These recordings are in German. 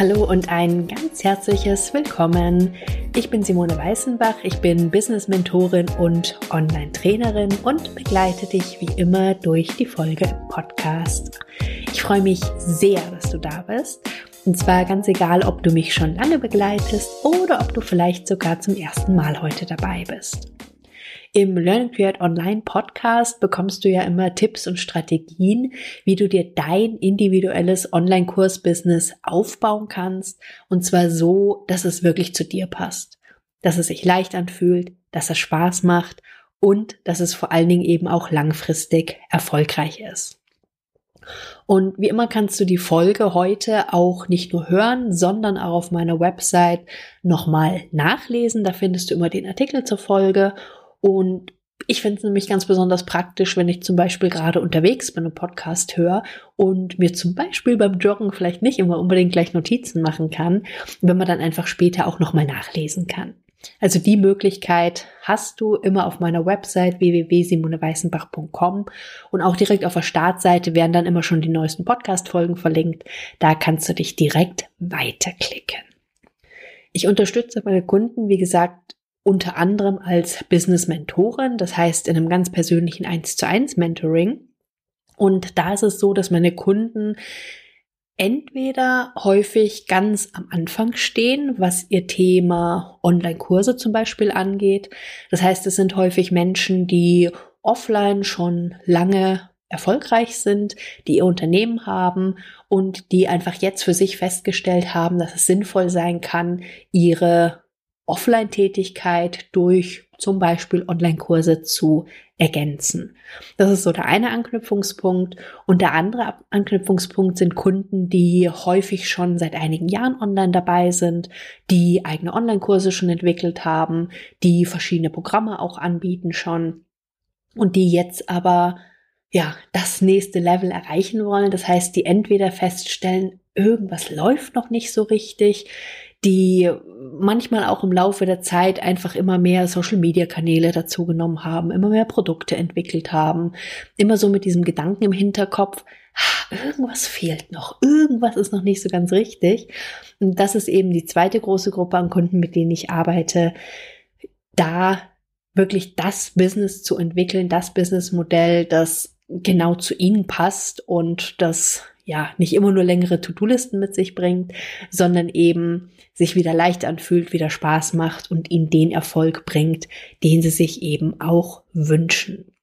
Hallo und ein ganz herzliches Willkommen. Ich bin Simone Weißenbach, ich bin Business-Mentorin und Online-Trainerin und begleite dich wie immer durch die Folge im Podcast. Ich freue mich sehr, dass du da bist. Und zwar ganz egal, ob du mich schon lange begleitest oder ob du vielleicht sogar zum ersten Mal heute dabei bist. Im Learn & Create Online Podcast bekommst du ja immer Tipps und Strategien, wie du dir dein individuelles Online-Kurs-Business aufbauen kannst. Und zwar so, dass es wirklich zu dir passt. Dass es sich leicht anfühlt, dass es Spaß macht und dass es vor allen Dingen eben auch langfristig erfolgreich ist. Und wie immer kannst du die Folge heute auch nicht nur hören, sondern auch auf meiner Website nochmal nachlesen. Da findest du immer den Artikel zur Folge. Und ich finde es nämlich ganz besonders praktisch, wenn ich zum Beispiel gerade unterwegs bin und Podcast höre und mir zum Beispiel beim Joggen vielleicht nicht immer unbedingt gleich Notizen machen kann, wenn man dann einfach später auch nochmal nachlesen kann. Also die Möglichkeit hast du immer auf meiner Website www.simoneweißenbach.com und auch direkt auf der Startseite werden dann immer schon die neuesten Podcast-Folgen verlinkt. Da kannst du dich direkt weiterklicken. Ich unterstütze meine Kunden, wie gesagt, unter anderem als Business-Mentorin, das heißt in einem ganz persönlichen 1:1 Mentoring. Und da ist es so, dass meine Kunden entweder häufig ganz am Anfang stehen, was ihr Thema Online-Kurse zum Beispiel angeht. Das heißt, es sind häufig Menschen, die offline schon lange erfolgreich sind, die ihr Unternehmen haben und die einfach jetzt für sich festgestellt haben, dass es sinnvoll sein kann, ihre Offline-Tätigkeit durch zum Beispiel Online-Kurse zu ergänzen. Das ist so der eine Anknüpfungspunkt. Und der andere Anknüpfungspunkt sind Kunden, die häufig schon seit einigen Jahren online dabei sind, die eigene Online-Kurse schon entwickelt haben, die verschiedene Programme auch anbieten schon und die jetzt aber das nächste Level erreichen wollen. Das heißt, die entweder feststellen, irgendwas läuft noch nicht so richtig, die manchmal auch im Laufe der Zeit einfach immer mehr Social-Media-Kanäle dazugenommen haben, immer mehr Produkte entwickelt haben, immer so mit diesem Gedanken im Hinterkopf, irgendwas fehlt noch, irgendwas ist noch nicht so ganz richtig. Und das ist eben die zweite große Gruppe an Kunden, mit denen ich arbeite, da wirklich das Business zu entwickeln, das Businessmodell, das genau zu ihnen passt und das nicht immer nur längere To-Do-Listen mit sich bringt, sondern eben sich wieder leicht anfühlt, wieder Spaß macht und ihnen den Erfolg bringt, den sie sich eben auch wünschen.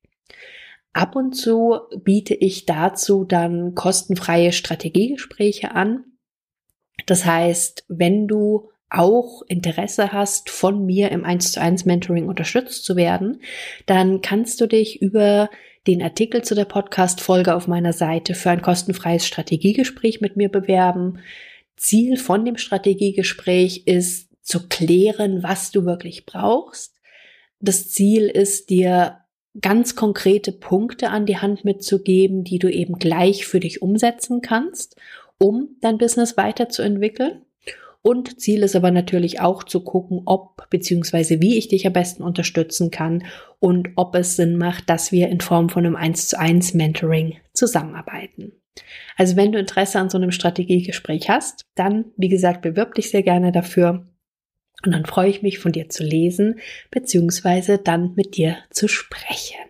Ab und zu biete ich dazu dann kostenfreie Strategiegespräche an. Das heißt, wenn du auch Interesse hast, von mir im 1:1 Mentoring unterstützt zu werden, dann kannst du dich über den Artikel zu der Podcast-Folge auf meiner Seite für ein kostenfreies Strategiegespräch mit mir bewerben. Ziel von dem Strategiegespräch ist, zu klären, was du wirklich brauchst. Das Ziel ist, dir ganz konkrete Punkte an die Hand mitzugeben, die du eben gleich für dich umsetzen kannst, um dein Business weiterzuentwickeln. Und Ziel ist aber natürlich auch zu gucken, ob bzw. wie ich dich am besten unterstützen kann und ob es Sinn macht, dass wir in Form von einem 1:1 Mentoring zusammenarbeiten. Also wenn du Interesse an so einem Strategiegespräch hast, dann, wie gesagt, bewirb dich sehr gerne dafür. Und dann freue ich mich, von dir zu lesen bzw. dann mit dir zu sprechen.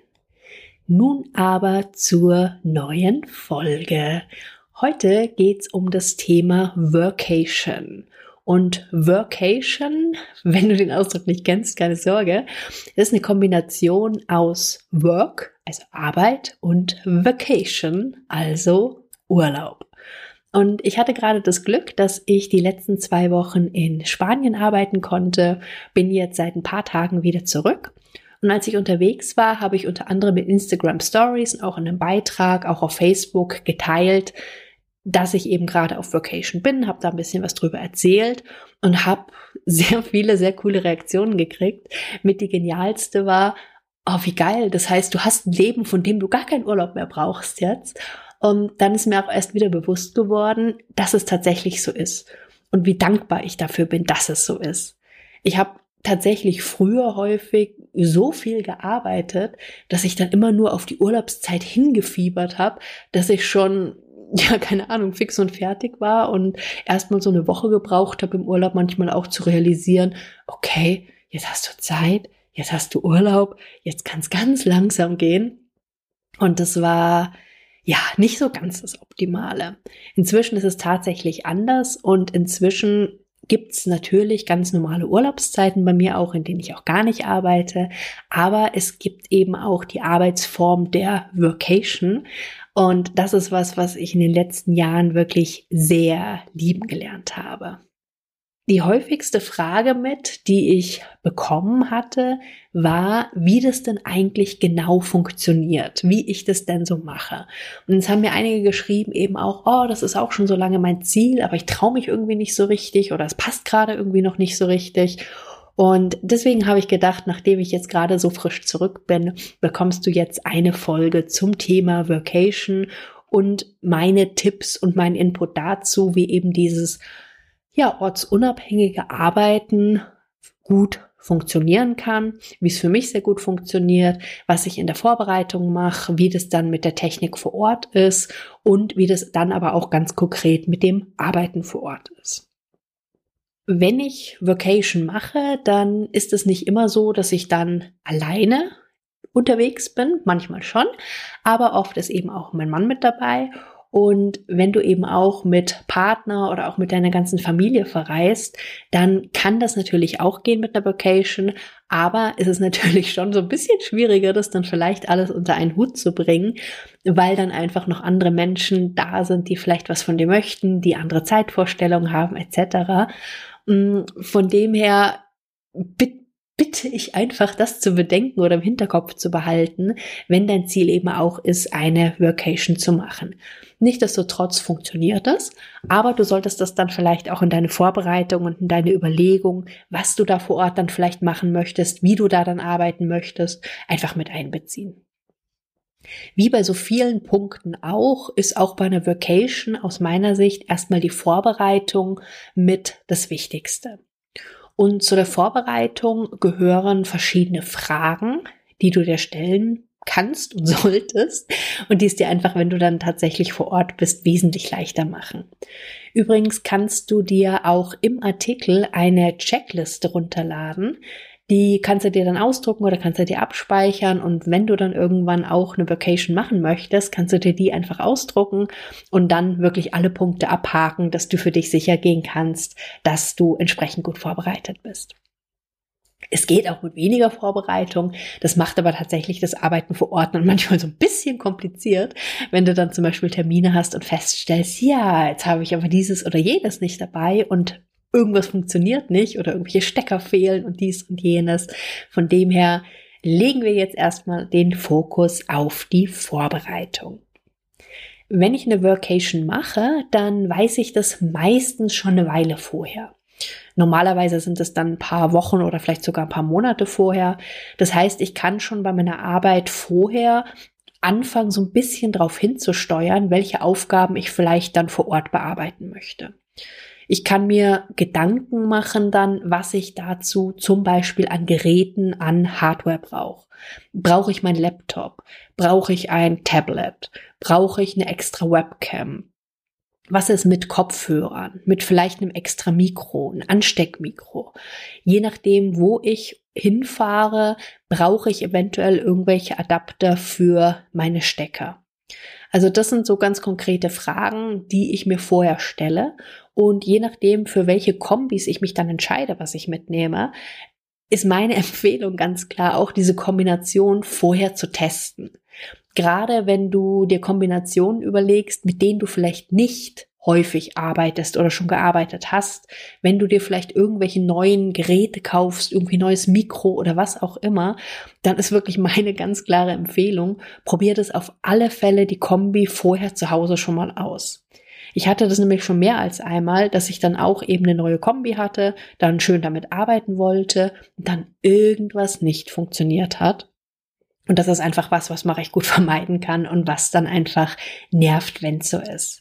Nun aber zur neuen Folge. Heute geht's um das Thema Workation. Und Workation, wenn du den Ausdruck nicht kennst, keine Sorge, ist eine Kombination aus Work, also Arbeit, und Vacation, also Urlaub. Und ich hatte gerade das Glück, dass ich die letzten 2 Wochen in Spanien arbeiten konnte, bin jetzt seit ein paar Tagen wieder zurück. Und als ich unterwegs war, habe ich unter anderem mit Instagram Stories und auch in einem Beitrag, auch auf Facebook geteilt, dass ich eben gerade auf Vacation bin, habe da ein bisschen was drüber erzählt und habe sehr viele, sehr coole Reaktionen gekriegt. Mit die genialste war, oh wie geil, das heißt, du hast ein Leben, von dem du gar keinen Urlaub mehr brauchst jetzt. Und dann ist mir auch erst wieder bewusst geworden, dass es tatsächlich so ist und wie dankbar ich dafür bin, dass es so ist. Ich habe tatsächlich früher häufig so viel gearbeitet, dass ich dann immer nur auf die Urlaubszeit hingefiebert habe, dass ich schon ja, keine Ahnung, fix und fertig war und erstmal so eine Woche gebraucht habe im Urlaub manchmal auch zu realisieren, okay, jetzt hast du Zeit, jetzt hast du Urlaub, jetzt kann es ganz langsam gehen. Und das war ja nicht so ganz das Optimale. Inzwischen ist es tatsächlich anders und inzwischen gibt's natürlich ganz normale Urlaubszeiten bei mir auch, in denen ich auch gar nicht arbeite. Aber es gibt eben auch die Arbeitsform der Workation. Und das ist was ich in den letzten Jahren wirklich sehr lieben gelernt habe. Die häufigste Frage die ich bekommen hatte, war, wie das denn eigentlich genau funktioniert, wie ich das denn so mache. Und es haben mir einige geschrieben eben auch, oh, das ist auch schon so lange mein Ziel, aber ich traue mich irgendwie nicht so richtig oder es passt gerade irgendwie noch nicht so richtig. Und deswegen habe ich gedacht, nachdem ich jetzt gerade so frisch zurück bin, bekommst du jetzt eine Folge zum Thema Workation und meine Tipps und mein Input dazu, wie eben dieses ortsunabhängige Arbeiten gut funktionieren kann, wie es für mich sehr gut funktioniert, was ich in der Vorbereitung mache, wie das dann mit der Technik vor Ort ist und wie das dann aber auch ganz konkret mit dem Arbeiten vor Ort ist. Wenn ich Workation mache, dann ist es nicht immer so, dass ich dann alleine unterwegs bin, manchmal schon, aber oft ist eben auch mein Mann mit dabei. Und wenn du eben auch mit Partner oder auch mit deiner ganzen Familie verreist, dann kann das natürlich auch gehen mit einer Vacation, aber es ist natürlich schon so ein bisschen schwieriger, das dann vielleicht alles unter einen Hut zu bringen, weil dann einfach noch andere Menschen da sind, die vielleicht was von dir möchten, die andere Zeitvorstellungen haben etc. Von dem her bitte ich einfach, das zu bedenken oder im Hinterkopf zu behalten, wenn dein Ziel eben auch ist, eine Workation zu machen. Nichtsdestotrotz funktioniert das, aber du solltest das dann vielleicht auch in deine Vorbereitung und in deine Überlegung, was du da vor Ort dann vielleicht machen möchtest, wie du da dann arbeiten möchtest, einfach mit einbeziehen. Wie bei so vielen Punkten auch, ist auch bei einer Workation aus meiner Sicht erstmal die Vorbereitung mit das Wichtigste. Und zu der Vorbereitung gehören verschiedene Fragen, die du dir stellen kannst und solltest und die es dir einfach, wenn du dann tatsächlich vor Ort bist, wesentlich leichter machen. Übrigens kannst du dir auch im Artikel eine Checkliste runterladen. Die kannst du dir dann ausdrucken oder kannst du dir abspeichern und wenn du dann irgendwann auch eine Vacation machen möchtest, kannst du dir die einfach ausdrucken und dann wirklich alle Punkte abhaken, dass du für dich sicher gehen kannst, dass du entsprechend gut vorbereitet bist. Es geht auch mit weniger Vorbereitung. Das macht aber tatsächlich das Arbeiten vor Ort dann manchmal so ein bisschen kompliziert, wenn du dann zum Beispiel Termine hast und feststellst, ja, jetzt habe ich aber dieses oder jenes nicht dabei und irgendwas funktioniert nicht oder irgendwelche Stecker fehlen und dies und jenes. Von dem her legen wir jetzt erstmal den Fokus auf die Vorbereitung. Wenn ich eine Workation mache, dann weiß ich das meistens schon eine Weile vorher. Normalerweise sind es dann ein paar Wochen oder vielleicht sogar ein paar Monate vorher. Das heißt, ich kann schon bei meiner Arbeit vorher anfangen, so ein bisschen darauf hinzusteuern, welche Aufgaben ich vielleicht dann vor Ort bearbeiten möchte. Ich kann mir Gedanken machen dann, was ich dazu zum Beispiel an Geräten, an Hardware brauche. Brauche ich meinen Laptop? Brauche ich ein Tablet? Brauche ich eine extra Webcam? Was ist mit Kopfhörern? Mit vielleicht einem extra Mikro, ein Ansteckmikro? Je nachdem, wo ich hinfahre, brauche ich eventuell irgendwelche Adapter für meine Stecker. Also das sind so ganz konkrete Fragen, die ich mir vorher stelle. Und je nachdem, für welche Kombis ich mich dann entscheide, was ich mitnehme, ist meine Empfehlung ganz klar auch diese Kombination vorher zu testen. Gerade wenn du dir Kombinationen überlegst, mit denen du vielleicht nicht häufig arbeitest oder schon gearbeitet hast, wenn du dir vielleicht irgendwelche neuen Geräte kaufst, irgendwie neues Mikro oder was auch immer, dann ist wirklich meine ganz klare Empfehlung, probier das auf alle Fälle die Kombi vorher zu Hause schon mal aus. Ich hatte das nämlich schon mehr als einmal, dass ich dann auch eben eine neue Kombi hatte, dann schön damit arbeiten wollte und dann irgendwas nicht funktioniert hat. Und das ist einfach was man recht gut vermeiden kann und was dann einfach nervt, wenn es so ist.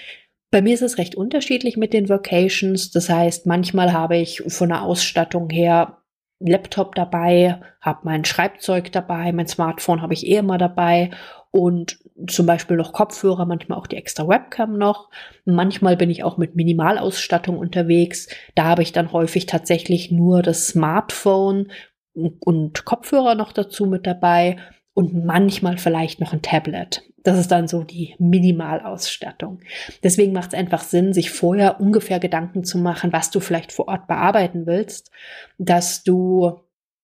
Bei mir ist es recht unterschiedlich mit den Vacations. Das heißt, manchmal habe ich von der Ausstattung her Laptop dabei, habe mein Schreibzeug dabei, mein Smartphone habe ich eh immer dabei und zum Beispiel noch Kopfhörer, manchmal auch die extra Webcam noch. Manchmal bin ich auch mit Minimalausstattung unterwegs. Da habe ich dann häufig tatsächlich nur das Smartphone und Kopfhörer noch dazu mit dabei und manchmal vielleicht noch ein Tablet. Das ist dann so die Minimalausstattung. Deswegen macht es einfach Sinn, sich vorher ungefähr Gedanken zu machen, was du vielleicht vor Ort bearbeiten willst, dass du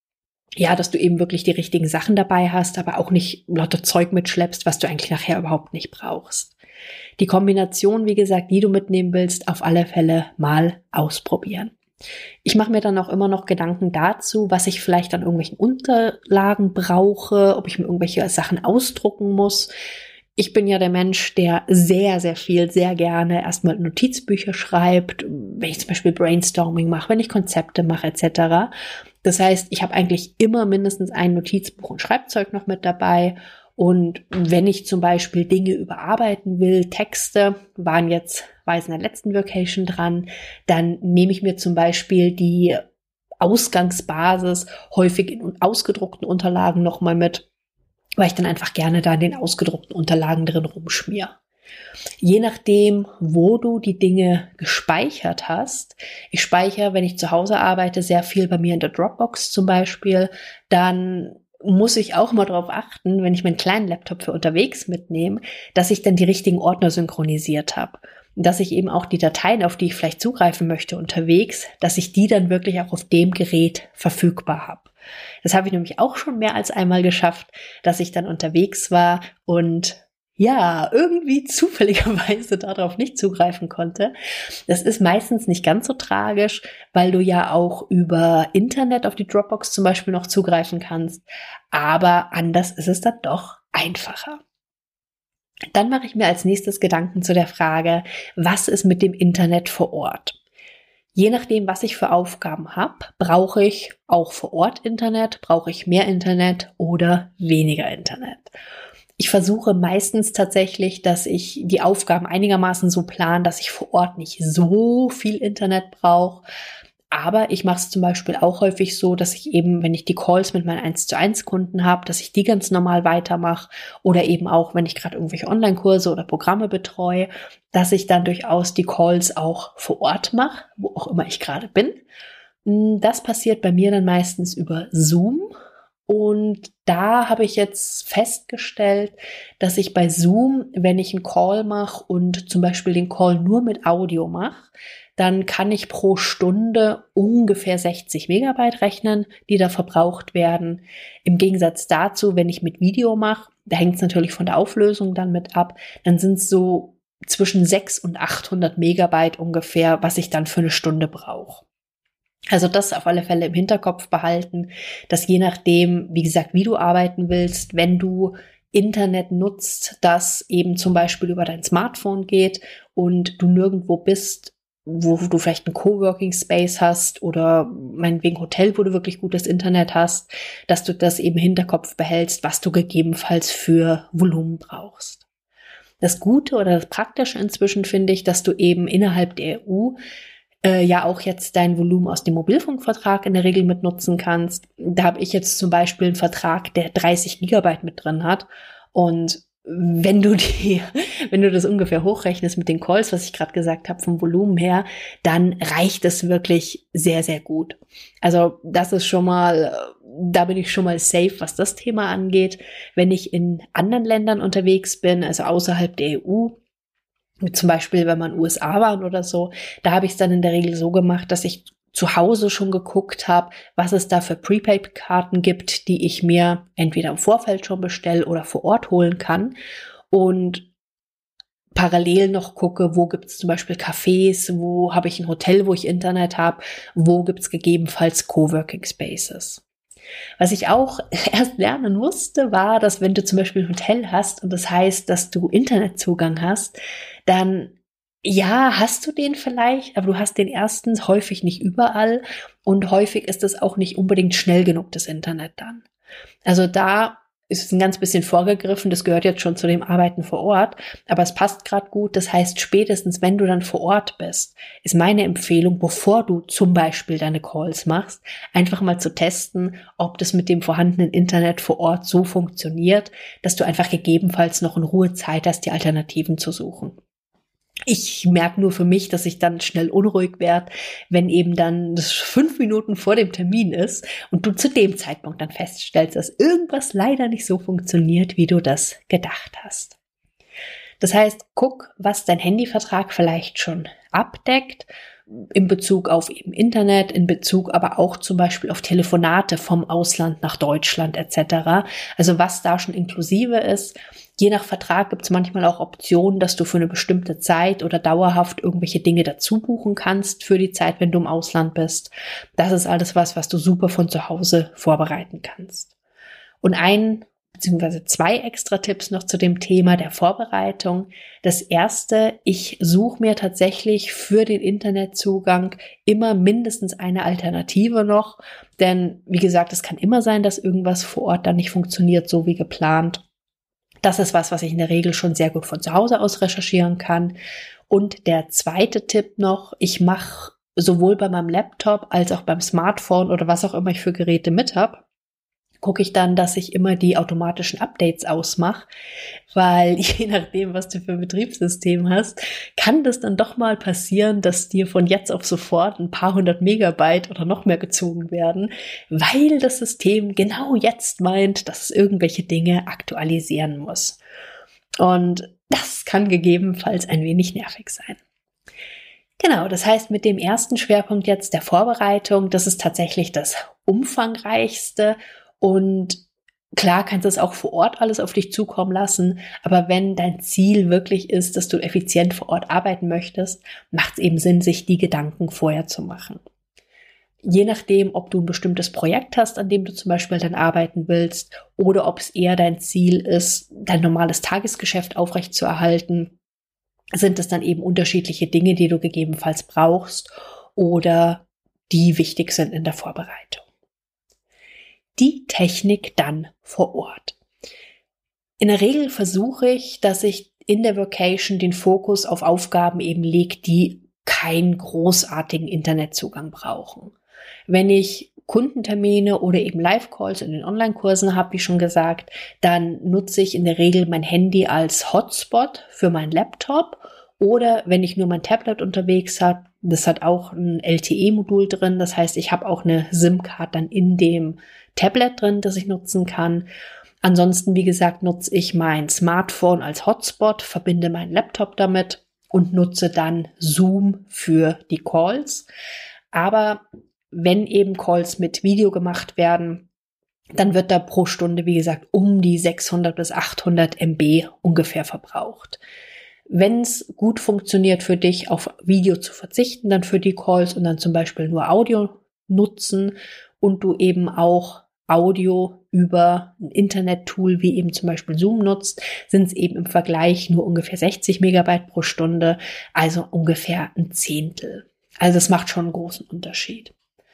eben wirklich die richtigen Sachen dabei hast, aber auch nicht lauter Zeug mitschleppst, was du eigentlich nachher überhaupt nicht brauchst. Die Kombination, wie gesagt, die du mitnehmen willst, auf alle Fälle mal ausprobieren. Ich mache mir dann auch immer noch Gedanken dazu, was ich vielleicht an irgendwelchen Unterlagen brauche, ob ich mir irgendwelche Sachen ausdrucken muss. Ich bin ja der Mensch, der sehr, sehr viel, sehr gerne erstmal Notizbücher schreibt, wenn ich zum Beispiel Brainstorming mache, wenn ich Konzepte mache etc. Das heißt, ich habe eigentlich immer mindestens ein Notizbuch und Schreibzeug noch mit dabei. Und wenn ich zum Beispiel Dinge überarbeiten will, Texte, war in der letzten Vacation dran, dann nehme ich mir zum Beispiel die Ausgangsbasis häufig in ausgedruckten Unterlagen nochmal mit, weil ich dann einfach gerne da in den ausgedruckten Unterlagen drin rumschmier. Je nachdem, wo du die Dinge gespeichert hast, ich speichere, wenn ich zu Hause arbeite, sehr viel bei mir in der Dropbox zum Beispiel, dann muss ich auch mal darauf achten, wenn ich meinen kleinen Laptop für unterwegs mitnehme, dass ich dann die richtigen Ordner synchronisiert habe. Dass ich eben auch die Dateien, auf die ich vielleicht zugreifen möchte unterwegs, dass ich die dann wirklich auch auf dem Gerät verfügbar habe. Das habe ich nämlich auch schon mehr als einmal geschafft, dass ich dann unterwegs war und irgendwie zufälligerweise darauf nicht zugreifen konnte. Das ist meistens nicht ganz so tragisch, weil du ja auch über Internet auf die Dropbox zum Beispiel noch zugreifen kannst. Aber anders ist es dann doch einfacher. Dann mache ich mir als nächstes Gedanken zu der Frage, was ist mit dem Internet vor Ort? Je nachdem, was ich für Aufgaben habe, brauche ich auch vor Ort Internet, brauche ich mehr Internet oder weniger Internet. Ich versuche meistens tatsächlich, dass ich die Aufgaben einigermaßen so plane, dass ich vor Ort nicht so viel Internet brauche. Aber ich mache es zum Beispiel auch häufig so, dass ich eben, wenn ich die Calls mit meinen 1:1 Kunden habe, dass ich die ganz normal weitermache oder eben auch, wenn ich gerade irgendwelche Online-Kurse oder Programme betreue, dass ich dann durchaus die Calls auch vor Ort mache, wo auch immer ich gerade bin. Das passiert bei mir dann meistens über Zoom. Und da habe ich jetzt festgestellt, dass ich bei Zoom, wenn ich einen Call mache und zum Beispiel den Call nur mit Audio mache, dann kann ich pro Stunde ungefähr 60 Megabyte rechnen, die da verbraucht werden. Im Gegensatz dazu, wenn ich mit Video mache, da hängt es natürlich von der Auflösung dann mit ab, dann sind es so zwischen 600 und 800 Megabyte ungefähr, was ich dann für eine Stunde brauche. Also das auf alle Fälle im Hinterkopf behalten, dass je nachdem, wie gesagt, wie du arbeiten willst, wenn du Internet nutzt, das eben zum Beispiel über dein Smartphone geht und du nirgendwo bist, wo du vielleicht einen Coworking Space hast oder meinetwegen Hotel, wo du wirklich gutes Internet hast, dass du das eben im Hinterkopf behältst, was du gegebenenfalls für Volumen brauchst. Das Gute oder das Praktische inzwischen finde ich, dass du eben innerhalb der EU auch jetzt dein Volumen aus dem Mobilfunkvertrag in der Regel mit nutzen kannst. Da habe ich jetzt zum Beispiel einen Vertrag, der 30 Gigabyte mit drin hat. Und wenn du das ungefähr hochrechnest mit den Calls, was ich gerade gesagt habe, vom Volumen her, dann reicht es wirklich sehr, sehr gut. Also das ist schon mal, da bin ich schon mal safe, was das Thema angeht. Wenn ich in anderen Ländern unterwegs bin, also außerhalb der EU, zum Beispiel, wenn man USA waren oder so, da habe ich es dann in der Regel so gemacht, dass ich zu Hause schon geguckt habe, was es da für Prepaid-Karten gibt, die ich mir entweder im Vorfeld schon bestelle oder vor Ort holen kann und parallel noch gucke, wo gibt es zum Beispiel Cafés, wo habe ich ein Hotel, wo ich Internet habe, wo gibt es gegebenenfalls Coworking Spaces. Was ich auch erst lernen musste, war, dass wenn du zum Beispiel ein Hotel hast und das heißt, dass du Internetzugang hast, dann hast du den vielleicht, aber du hast den erstens häufig nicht überall und häufig ist es auch nicht unbedingt schnell genug, das Internet dann. Also da ist ein ganz bisschen vorgegriffen, das gehört jetzt schon zu dem Arbeiten vor Ort, aber es passt gerade gut. Das heißt, spätestens wenn du dann vor Ort bist, ist meine Empfehlung, bevor du zum Beispiel deine Calls machst, einfach mal zu testen, ob das mit dem vorhandenen Internet vor Ort so funktioniert, dass du einfach gegebenenfalls noch in Ruhe Zeit hast, die Alternativen zu suchen. Ich merke nur für mich, dass ich dann schnell unruhig werde, wenn eben dann das 5 Minuten vor dem Termin ist und du zu dem Zeitpunkt dann feststellst, dass irgendwas leider nicht so funktioniert, wie du das gedacht hast. Das heißt, guck, was dein Handyvertrag vielleicht schon abdeckt, in Bezug auf eben Internet, in Bezug aber auch zum Beispiel auf Telefonate vom Ausland nach Deutschland etc. Also was da schon inklusive ist. Je nach Vertrag gibt es manchmal auch Optionen, dass du für eine bestimmte Zeit oder dauerhaft irgendwelche Dinge dazu buchen kannst für die Zeit, wenn du im Ausland bist. Das ist alles was du super von zu Hause vorbereiten kannst. Und beziehungsweise 2 extra Tipps noch zu dem Thema der Vorbereitung. Das erste, ich suche mir tatsächlich für den Internetzugang immer mindestens eine Alternative noch, denn wie gesagt, es kann immer sein, dass irgendwas vor Ort dann nicht funktioniert, so wie geplant. Das ist was ich in der Regel schon sehr gut von zu Hause aus recherchieren kann. Und der zweite Tipp noch, ich mache sowohl bei meinem Laptop als auch beim Smartphone oder was auch immer ich für Geräte mit habe, gucke ich dann, dass ich immer die automatischen Updates ausmache, weil je nachdem, was du für ein Betriebssystem hast, kann das dann doch mal passieren, dass dir von jetzt auf sofort ein paar 100 Megabyte oder noch mehr gezogen werden, weil das System genau jetzt meint, dass es irgendwelche Dinge aktualisieren muss. Und das kann gegebenenfalls ein wenig nervig sein. Genau, das heißt, mit dem ersten Schwerpunkt jetzt der Vorbereitung, das ist tatsächlich das umfangreichste. Und klar kannst du es auch vor Ort alles auf dich zukommen lassen, aber wenn dein Ziel wirklich ist, dass du effizient vor Ort arbeiten möchtest, macht es eben Sinn, sich die Gedanken vorher zu machen. Je nachdem, ob du ein bestimmtes Projekt hast, an dem du zum Beispiel dann arbeiten willst, oder ob es eher dein Ziel ist, dein normales Tagesgeschäft aufrechtzuerhalten, sind es dann eben unterschiedliche Dinge, die du gegebenenfalls brauchst oder die wichtig sind in der Vorbereitung. Die Technik dann vor Ort. In der Regel versuche ich, dass ich in der Workation den Fokus auf Aufgaben eben lege, die keinen großartigen Internetzugang brauchen. Wenn ich Kundentermine oder eben Live-Calls in den Online-Kursen habe, wie schon gesagt, dann nutze ich in der Regel mein Handy als Hotspot für meinen Laptop oder wenn ich nur mein Tablet unterwegs habe, das hat auch ein LTE-Modul drin, das heißt, ich habe auch eine SIM-Card dann in dem Tablet drin, das ich nutzen kann. Ansonsten, wie gesagt, nutze ich mein Smartphone als Hotspot, verbinde meinen Laptop damit und nutze dann Zoom für die Calls. Aber wenn eben Calls mit Video gemacht werden, dann wird da pro Stunde, wie gesagt, um die 600 bis 800 MB ungefähr verbraucht. Wenn es gut funktioniert für dich, auf Video zu verzichten, dann für die Calls und dann zum Beispiel nur Audio nutzen und du eben auch Audio über ein Internet-Tool wie eben zum Beispiel Zoom nutzt, sind es eben im Vergleich nur ungefähr 60 Megabyte pro Stunde, also ungefähr ein Zehntel. Also das macht schon einen großen Unterschied.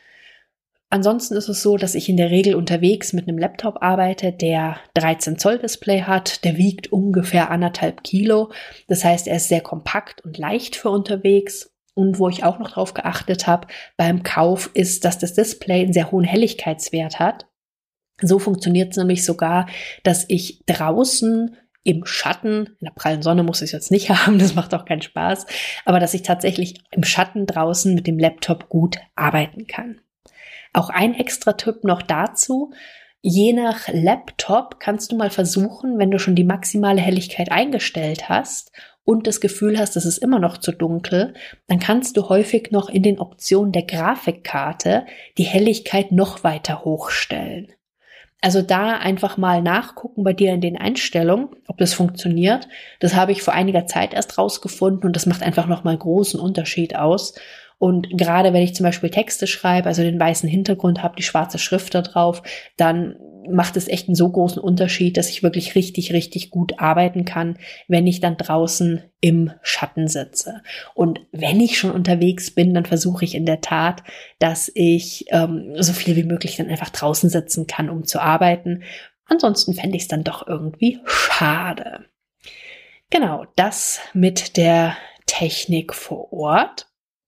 Ansonsten ist es so, dass ich in der Regel unterwegs mit einem Laptop arbeite, der 13 Zoll Display hat. Der wiegt ungefähr 1,5 Kilo. Das heißt, er ist sehr kompakt und leicht für unterwegs. Und wo ich auch noch drauf geachtet habe beim Kauf, ist, dass das Display einen sehr hohen Helligkeitswert hat. So funktioniert es nämlich sogar, dass ich draußen im Schatten, in der prallen Sonne muss ich es jetzt nicht haben, das macht auch keinen Spaß, aber dass ich tatsächlich im Schatten draußen mit dem Laptop gut arbeiten kann. Auch ein extra Tipp noch dazu: Je nach Laptop kannst du mal versuchen, wenn du schon die maximale Helligkeit eingestellt hast und das Gefühl hast, es ist immer noch zu dunkel, dann kannst du häufig noch in den Optionen der Grafikkarte die Helligkeit noch weiter hochstellen. Also da einfach mal nachgucken bei dir in den Einstellungen, ob das funktioniert. Das habe ich vor einiger Zeit erst rausgefunden und das macht einfach nochmal einen großen Unterschied aus. Und gerade wenn ich zum Beispiel Texte schreibe, also den weißen Hintergrund habe, die schwarze Schrift da drauf, dann macht es echt einen so großen Unterschied, dass ich wirklich richtig, richtig gut arbeiten kann, wenn ich dann draußen im Schatten sitze. Und wenn ich schon unterwegs bin, dann versuche ich in der Tat, dass ich so viel wie möglich dann einfach draußen sitzen kann, um zu arbeiten. ansonsten fände ich es dann doch irgendwie schade. Genau, das mit der Technik vor Ort.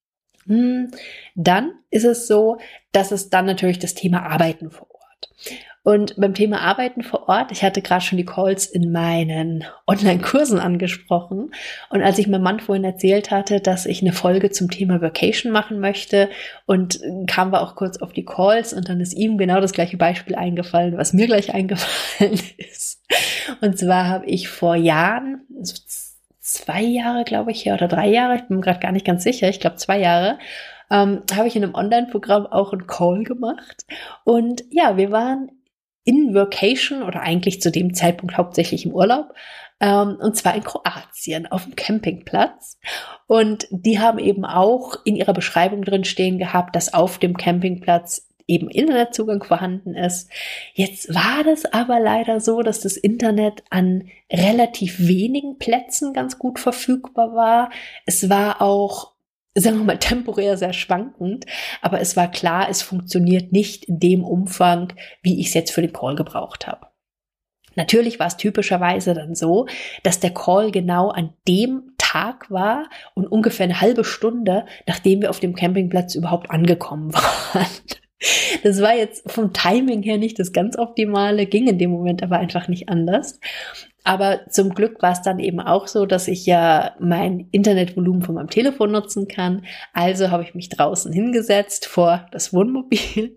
Dann ist es so, dass es dann natürlich das Thema Arbeiten vor Ort. Und beim Thema Arbeiten vor Ort, ich hatte gerade schon die Calls in meinen Online-Kursen angesprochen. Und als ich meinem Mann vorhin erzählt hatte, dass ich eine Folge zum Thema Vacation machen möchte und kamen wir auch kurz auf die Calls und dann ist ihm genau das gleiche Beispiel eingefallen, was mir gleich eingefallen ist. Und zwar habe ich vor Jahren, 2 Jahre, glaube ich, oder 3 Jahre, ich bin mir gerade gar nicht ganz sicher, ich glaube 2 Jahre, habe ich in einem Online-Programm auch einen Call gemacht. Und ja, wir waren in Vacation oder eigentlich zu dem Zeitpunkt hauptsächlich im Urlaub, und zwar in Kroatien auf dem Campingplatz. Und die haben eben auch in ihrer Beschreibung drin stehen gehabt, dass auf dem Campingplatz eben Internetzugang vorhanden ist. Jetzt war das aber leider so, dass das Internet an relativ wenigen Plätzen ganz gut verfügbar war. Es war auch, sagen wir mal, temporär sehr schwankend, aber es war klar, es funktioniert nicht in dem Umfang, wie ich es jetzt für den Call gebraucht habe. Natürlich war es typischerweise dann so, dass der Call genau an dem Tag war und ungefähr eine halbe Stunde, nachdem wir auf dem Campingplatz überhaupt angekommen waren. Das war jetzt vom Timing her nicht das ganz Optimale, ging in dem Moment aber einfach nicht anders. Aber zum Glück war es dann eben auch so, dass ich ja mein Internetvolumen von meinem Telefon nutzen kann. Also habe ich mich draußen hingesetzt vor das Wohnmobil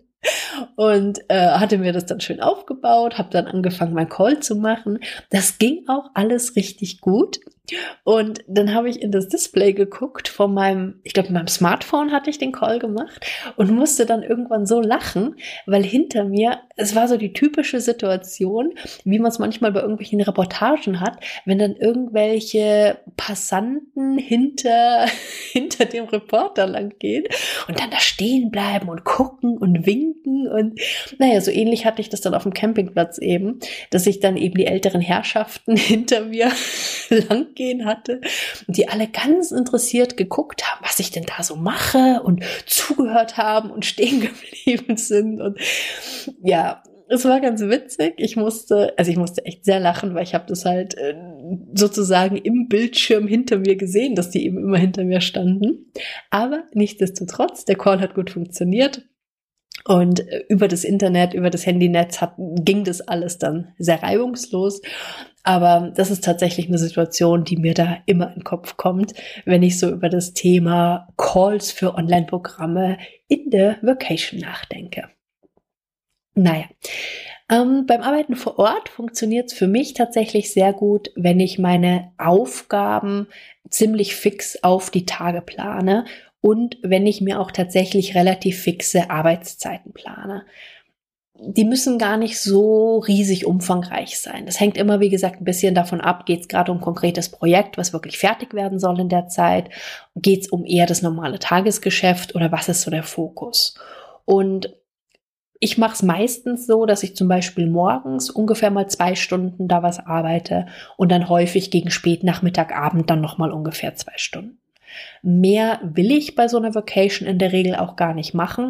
und hatte mir das dann schön aufgebaut, habe dann angefangen, meinen Call zu machen. Das ging auch alles richtig gut. Und dann habe ich in das Display geguckt von meinem, ich glaube, mit meinem Smartphone hatte ich den Call gemacht und musste dann irgendwann so lachen, weil hinter mir, es war so die typische Situation, wie man es manchmal bei irgendwelchen Reportagen hat, wenn dann irgendwelche Passanten hinter dem Reporter lang gehen und dann da stehen bleiben und gucken und winken und naja, so ähnlich hatte ich das dann auf dem Campingplatz eben, dass ich dann eben die älteren Herrschaften hinter mir lang gehen hatte und die alle ganz interessiert geguckt haben, was ich denn da so mache und zugehört haben und stehen geblieben sind und ja, es war ganz witzig. Ich musste echt sehr lachen, weil ich habe das halt sozusagen im Bildschirm hinter mir gesehen, dass die eben immer hinter mir standen. Aber nichtsdestotrotz, der Call hat gut funktioniert. Und über das Internet, über das Handynetz ging das alles dann sehr reibungslos. Aber das ist tatsächlich eine Situation, die mir da immer in den Kopf kommt, wenn ich so über das Thema Calls für Online-Programme in der Vacation nachdenke. Naja, beim Arbeiten vor Ort funktioniert es für mich tatsächlich sehr gut, wenn ich meine Aufgaben ziemlich fix auf die Tage plane und wenn ich mir auch tatsächlich relativ fixe Arbeitszeiten plane. Die müssen gar nicht so riesig umfangreich sein. Das hängt immer, wie gesagt, ein bisschen davon ab, geht es gerade um ein konkretes Projekt, was wirklich fertig werden soll in der Zeit, geht es um eher das normale Tagesgeschäft oder was ist so der Fokus? Und ich mache es meistens so, dass ich zum Beispiel morgens ungefähr mal 2 Stunden da was arbeite und dann häufig gegen Spätnachmittag, Abend dann nochmal ungefähr 2 Stunden. Mehr will ich bei so einer Vacation in der Regel auch gar nicht machen,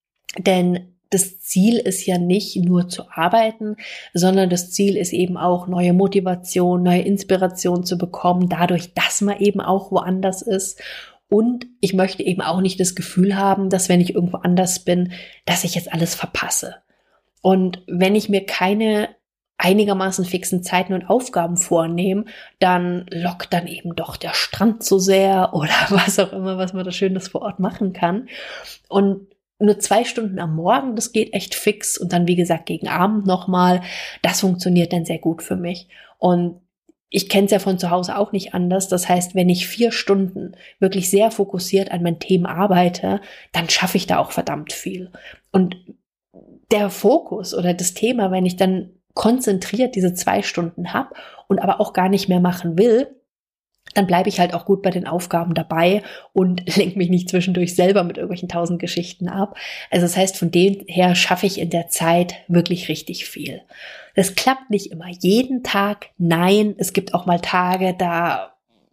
denn das Ziel ist ja nicht nur zu arbeiten, sondern das Ziel ist eben auch neue Motivation, neue Inspiration zu bekommen, dadurch, dass man eben auch woanders ist. Und ich möchte eben auch nicht das Gefühl haben, dass wenn ich irgendwo anders bin, dass ich jetzt alles verpasse. Und wenn ich mir keine einigermaßen fixen Zeiten und Aufgaben vornehme, dann lockt dann eben doch der Strand so sehr oder was auch immer, was man da Schönes vor Ort machen kann. Und nur 2 Stunden am Morgen, das geht echt fix. Und dann, wie gesagt, gegen Abend nochmal. Das funktioniert dann sehr gut für mich. Und ich kenne es ja von zu Hause auch nicht anders. Das heißt, wenn ich 4 Stunden wirklich sehr fokussiert an meinen Themen arbeite, dann schaffe ich da auch verdammt viel. Und der Fokus oder das Thema, wenn ich dann konzentriert diese 2 Stunden habe und aber auch gar nicht mehr machen will, dann bleibe ich halt auch gut bei den Aufgaben dabei und lenke mich nicht zwischendurch selber mit irgendwelchen 1000 Geschichten ab. Also das heißt, von dem her schaffe ich in der Zeit wirklich richtig viel. Das klappt nicht immer jeden Tag. Nein, es gibt auch mal Tage, da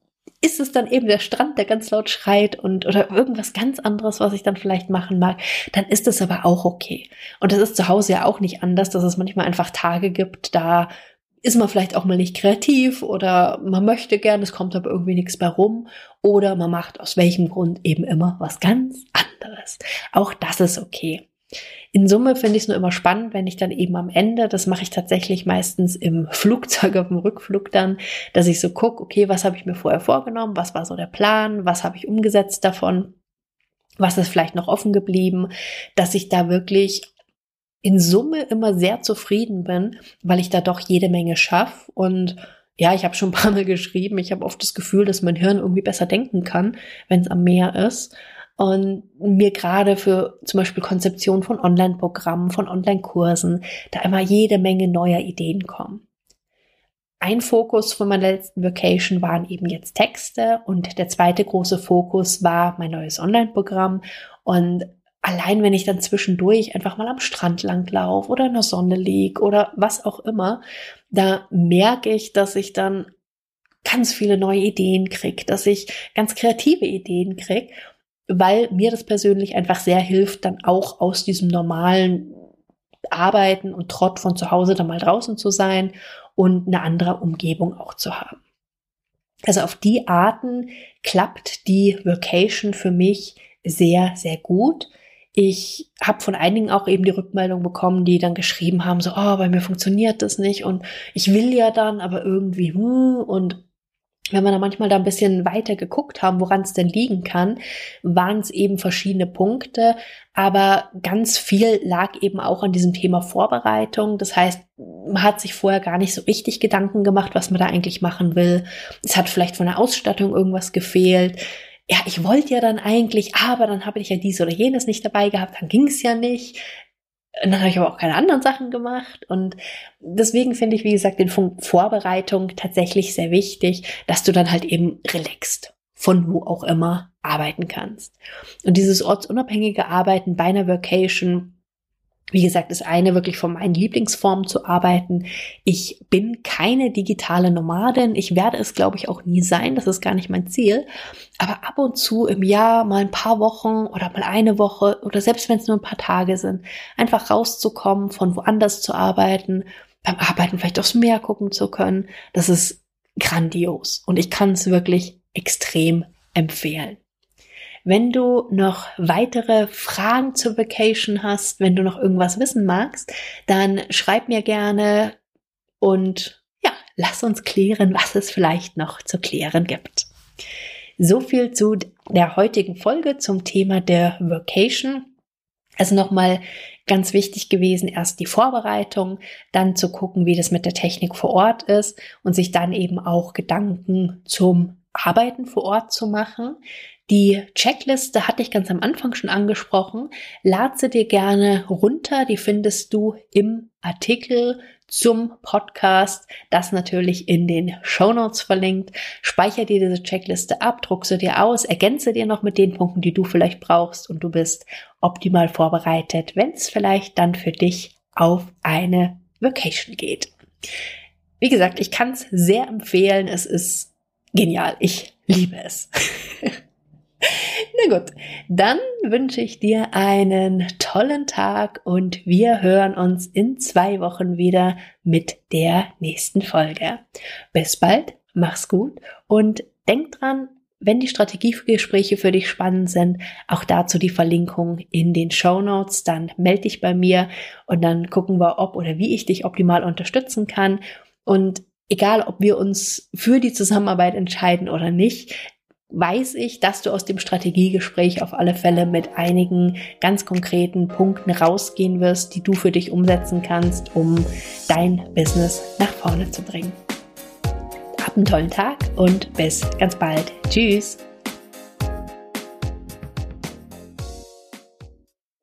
ist es dann eben der Strand, der ganz laut schreit oder irgendwas ganz anderes, was ich dann vielleicht machen mag, dann ist es aber auch okay. Und das ist zu Hause ja auch nicht anders, dass es manchmal einfach Tage gibt, da ist man vielleicht auch mal nicht kreativ oder man möchte gern, es kommt aber irgendwie nichts bei rum oder man macht aus welchem Grund eben immer was ganz anderes. Auch das ist okay. In Summe finde ich es nur immer spannend, wenn ich dann eben am Ende, das mache ich tatsächlich meistens im Flugzeug, auf dem Rückflug dann, dass ich so gucke, okay, was habe ich mir vorher vorgenommen, was war so der Plan, was habe ich umgesetzt davon, was ist vielleicht noch offen geblieben, dass ich da wirklich in Summe immer sehr zufrieden bin, weil ich da doch jede Menge schaffe. Und ja, ich habe schon ein paar Mal geschrieben, ich habe oft das Gefühl, dass mein Hirn irgendwie besser denken kann, wenn es am Meer ist. Und mir gerade für zum Beispiel Konzeption von Online-Programmen, von Online-Kursen, da immer jede Menge neuer Ideen kommen. Ein Fokus von meiner letzten Vacation waren eben jetzt Texte und der zweite große Fokus war mein neues Online-Programm. Und allein wenn ich dann zwischendurch einfach mal am Strand langlaufe oder in der Sonne liege oder was auch immer, da merke ich, dass ich dann ganz viele neue Ideen kriege, dass ich ganz kreative Ideen kriege, weil mir das persönlich einfach sehr hilft, dann auch aus diesem normalen Arbeiten und Trott von zu Hause dann mal draußen zu sein und eine andere Umgebung auch zu haben. Also auf die Arten klappt die Vacation für mich sehr, sehr gut. Ich habe von einigen auch eben die Rückmeldung bekommen, die dann geschrieben haben, so, bei mir funktioniert das nicht und ich will ja dann, aber irgendwie, und wenn wir dann manchmal da ein bisschen weiter geguckt haben, woran es denn liegen kann, waren es eben verschiedene Punkte, aber ganz viel lag eben auch an diesem Thema Vorbereitung. Das heißt, man hat sich vorher gar nicht so richtig Gedanken gemacht, was man da eigentlich machen will. Es hat vielleicht von der Ausstattung irgendwas gefehlt. Ja, ich wollte ja dann eigentlich, aber dann habe ich ja dies oder jenes nicht dabei gehabt, dann ging es ja nicht. Und dann habe ich aber auch keine anderen Sachen gemacht. Und deswegen finde ich, wie gesagt, den Punkt Vorbereitung tatsächlich sehr wichtig, dass du dann halt eben relaxed von wo auch immer arbeiten kannst. Und dieses ortsunabhängige Arbeiten bei einer Vacation, wie gesagt, ist eine wirklich von meinen Lieblingsformen zu arbeiten. Ich bin keine digitale Nomadin. Ich werde es, glaube ich, auch nie sein. Das ist gar nicht mein Ziel. Aber ab und zu im Jahr mal ein paar Wochen oder mal eine Woche oder selbst wenn es nur ein paar Tage sind, einfach rauszukommen, von woanders zu arbeiten, beim Arbeiten vielleicht aufs Meer gucken zu können. Das ist grandios. Und ich kann es wirklich extrem empfehlen. Wenn du noch weitere Fragen zur Vacation hast, wenn du noch irgendwas wissen magst, dann schreib mir gerne und ja, lass uns klären, was es vielleicht noch zu klären gibt. So viel zu der heutigen Folge zum Thema der Vacation. Also nochmal ganz wichtig gewesen, erst die Vorbereitung, dann zu gucken, wie das mit der Technik vor Ort ist und sich dann eben auch Gedanken zum Arbeiten vor Ort zu machen. Die Checkliste hatte ich ganz am Anfang schon angesprochen. Lad sie dir gerne runter. Die findest du im Artikel zum Podcast. Das natürlich in den Shownotes verlinkt. Speicher dir diese Checkliste ab, druck sie dir aus, ergänze dir noch mit den Punkten, die du vielleicht brauchst und du bist optimal vorbereitet, wenn es vielleicht dann für dich auf eine Vacation geht. Wie gesagt, ich kann es sehr empfehlen. Es ist genial. Ich liebe es. Na gut, dann wünsche ich dir einen tollen Tag und wir hören uns in 2 Wochen wieder mit der nächsten Folge. Bis bald, mach's gut und denk dran, wenn die Strategiegespräche für dich spannend sind, auch dazu die Verlinkung in den Shownotes, dann melde dich bei mir und dann gucken wir, ob oder wie ich dich optimal unterstützen kann. Und egal, ob wir uns für die Zusammenarbeit entscheiden oder nicht, weiß ich, dass du aus dem Strategiegespräch auf alle Fälle mit einigen ganz konkreten Punkten rausgehen wirst, die du für dich umsetzen kannst, um dein Business nach vorne zu bringen. Hab einen tollen Tag und bis ganz bald. Tschüss!